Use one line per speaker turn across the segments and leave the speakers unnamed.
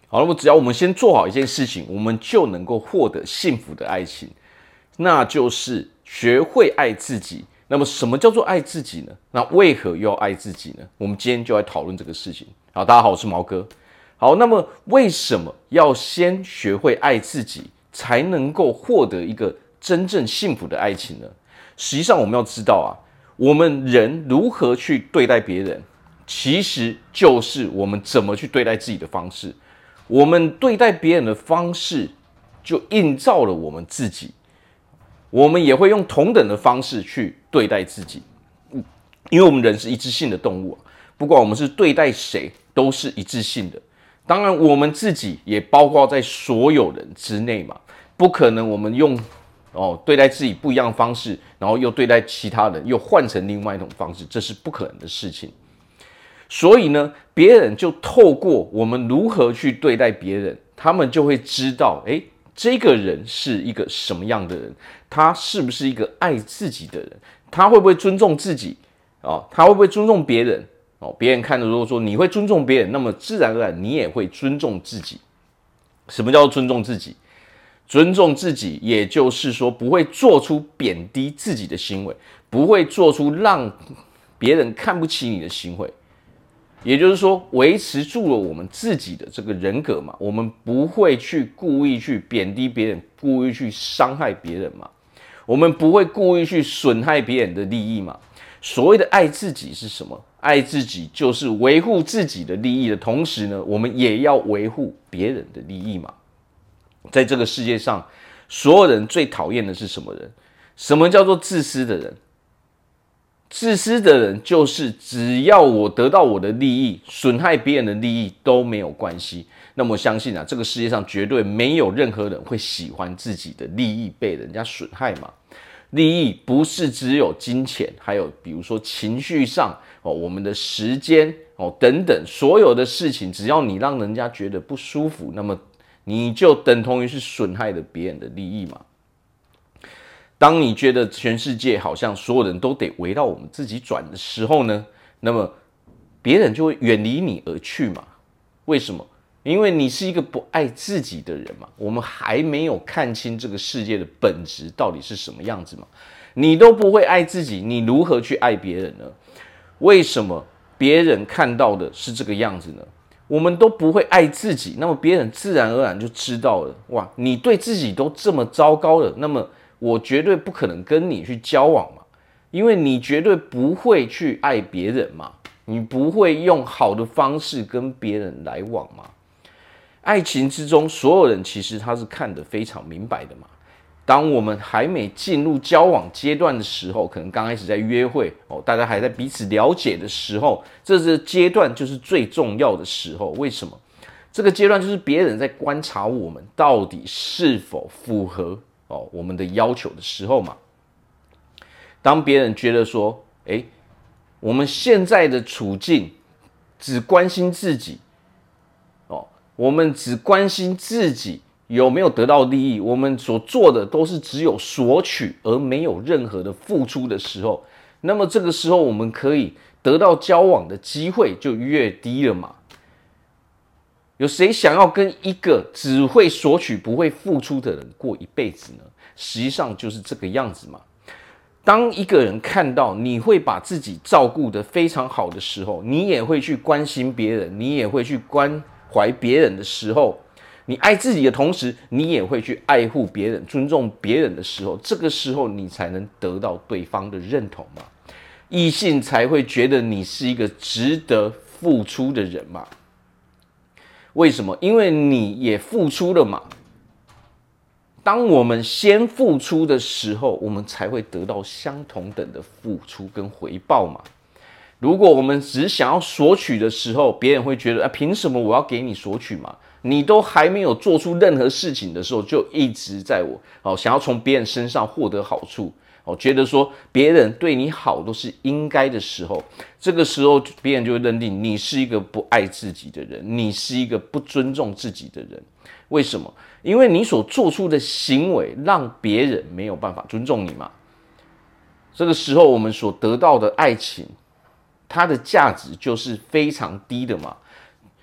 好，那么只要我们先做好一件事情，我们就能够获得幸福的爱情，那就是学会爱自己。那么什么叫做爱自己呢？那为何又要爱自己呢？我们今天就来讨论这个事情。好，大家好，我是毛哥。好，那么为什么要先学会爱自己，才能够获得一个真正幸福的爱情呢？实际上，我们要知道啊，我们人如何去对待别人，其实就是我们怎么去对待自己的方式。我们对待别人的方式，就映照了我们自己。我们也会用同等的方式去对待自己，因为我们人是一致性的动物，不管我们是对待谁，都是一致性的。当然，我们自己也包括在所有人之内嘛，不可能我们用对待自己不一样的方式，然后又对待其他人又换成另外一种方式，这是不可能的事情。所以呢，别人就透过我们如何去对待别人，他们就会知道，这个人是一个什么样的人，他是不是一个爱自己的人，他会不会尊重自己他会不会尊重别人别人看着如果说你会尊重别人，那么自然而然你也会尊重自己。什么叫做尊重自己？尊重自己，也就是说不会做出贬低自己的行为，不会做出让别人看不起你的行为。也就是说，维持住了我们自己的这个人格嘛，我们不会去故意去贬低别人，故意去伤害别人嘛，我们不会故意去损害别人的利益嘛。所谓的爱自己是什么？爱自己就是维护自己的利益的同时呢，我们也要维护别人的利益嘛。在这个世界上，所有人最讨厌的是什么人？什么叫做自私的人？自私的人就是只要我得到我的利益，损害别人的利益都没有关系。那么我相信这个世界上绝对没有任何人会喜欢自己的利益被人家损害嘛。利益不是只有金钱，还有比如说情绪上我们的时间等等，所有的事情，只要你让人家觉得不舒服，那么你就等同于是损害了别人的利益嘛。当你觉得全世界好像所有人都得围绕我们自己转的时候呢，那么别人就会远离你而去嘛。为什么？因为你是一个不爱自己的人嘛。我们还没有看清这个世界的本质到底是什么样子嘛。你都不会爱自己，你如何去爱别人呢？为什么别人看到的是这个样子呢？我们都不会爱自己，那么别人自然而然就知道了。哇，你对自己都这么糟糕了，那么我绝对不可能跟你去交往嘛，因为你绝对不会去爱别人嘛，你不会用好的方式跟别人来往嘛。爱情之中，所有人其实他是看得非常明白的嘛。当我们还没进入交往阶段的时候，可能刚开始在约会大家还在彼此了解的时候，这个阶段就是最重要的时候。为什么？这个阶段就是别人在观察我们到底是否符合我们的要求的时候嘛。当别人觉得说，我们现在的处境只关心自己，我们只关心自己有没有得到利益，我们所做的都是只有索取而没有任何的付出的时候，那么这个时候我们可以得到交往的机会就越低了嘛。有谁想要跟一个只会索取不会付出的人过一辈子呢？实际上就是这个样子嘛。当一个人看到你会把自己照顾得非常好的时候，你也会去关心别人，你也会去关怀别人的时候，你爱自己的同时，你也会去爱护别人、尊重别人的时候，这个时候你才能得到对方的认同嘛，异性才会觉得你是一个值得付出的人嘛。为什么？因为你也付出了嘛。当我们先付出的时候，我们才会得到相同等的付出跟回报嘛。如果我们只想要索取的时候，别人会觉得凭什么我要给你索取嘛？你都还没有做出任何事情的时候，就一直在想要从别人身上获得好处，觉得说别人对你好都是应该的时候，这个时候别人就会认定你是一个不爱自己的人，你是一个不尊重自己的人。为什么？因为你所做出的行为让别人没有办法尊重你嘛。这个时候我们所得到的爱情，它的价值就是非常低的嘛。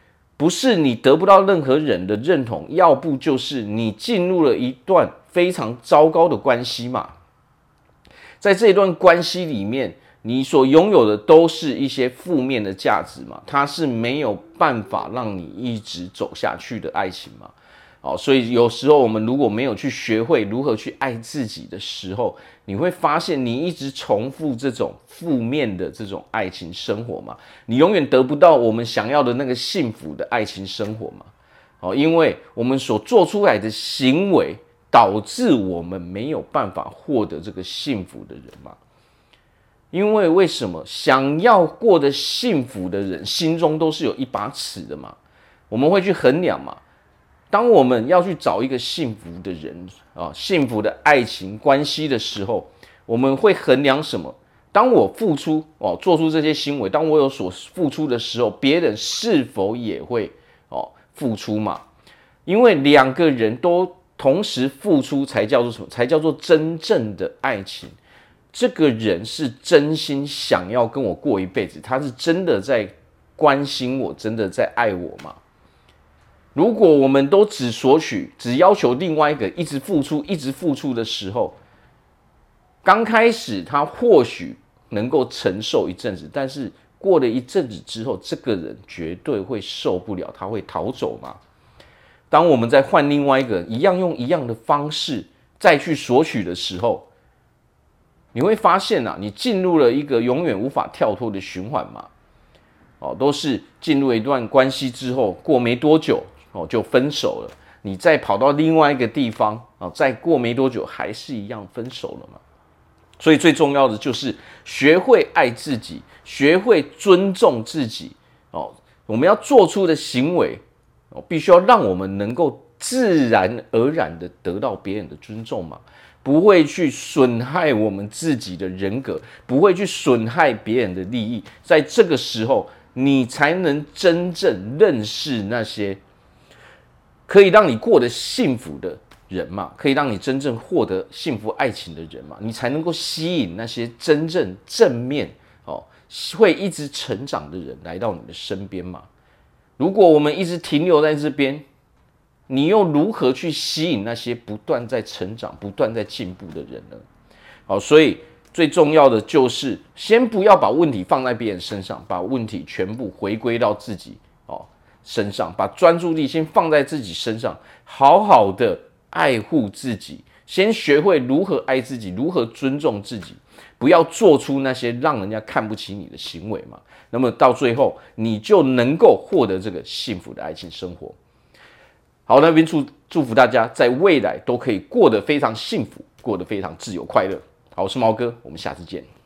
不是你得不到任何人的认同，要不就是你进入了一段非常糟糕的关系嘛。在这一段关系里面，你所拥有的都是一些负面的价值嘛，它是没有办法让你一直走下去的爱情嘛。所以有时候我们如果没有去学会如何去爱自己的时候，你会发现你一直重复这种负面的这种爱情生活嘛，你永远得不到我们想要的那个幸福的爱情生活嘛。因为我们所做出来的行为导致我们没有办法获得这个幸福的人嘛。因为为什么想要过得幸福的人心中都是有一把尺的嘛，我们会去衡量嘛。当我们要去找一个幸福的人幸福的爱情关系的时候，我们会衡量什么？当我付出做出这些行为，当我有所付出的时候，别人是否也会付出嘛？因为两个人都同时付出，才叫做什么？才叫做真正的爱情。这个人是真心想要跟我过一辈子，他是真的在关心我，真的在爱我嘛？如果我们都只索取，只要求另外一个一直付出，一直付出的时候，刚开始他或许能够承受一阵子，但是过了一阵子之后，这个人绝对会受不了，他会逃走嘛。当我们再换另外一个一样用一样的方式再去索取的时候，你会发现你进入了一个永远无法跳脱的循环嘛。都是进入一段关系之后，过没多久就分手了，你再跑到另外一个地方再过没多久还是一样分手了嘛。所以最重要的就是学会爱自己，学会尊重自己我们要做出的行为必须要让我们能够自然而然的得到别人的尊重嘛，不会去损害我们自己的人格，不会去损害别人的利益。在这个时候，你才能真正认识那些可以让你过得幸福的人嘛，可以让你真正获得幸福爱情的人嘛，你才能够吸引那些真正正面会一直成长的人来到你的身边嘛。如果我们一直停留在这边，你又如何去吸引那些不断在成长、不断在进步的人呢？所以最重要的就是先不要把问题放在别人身上，把问题全部回归到自己身上，把专注力先放在自己身上，好好的爱护自己，先学会如何爱自己，如何尊重自己，不要做出那些让人家看不起你的行为嘛。那么到最后，你就能够获得这个幸福的爱情生活。好，那边祝福大家在未来都可以过得非常幸福，过得非常自由快乐。好，我是毛哥，我们下次见。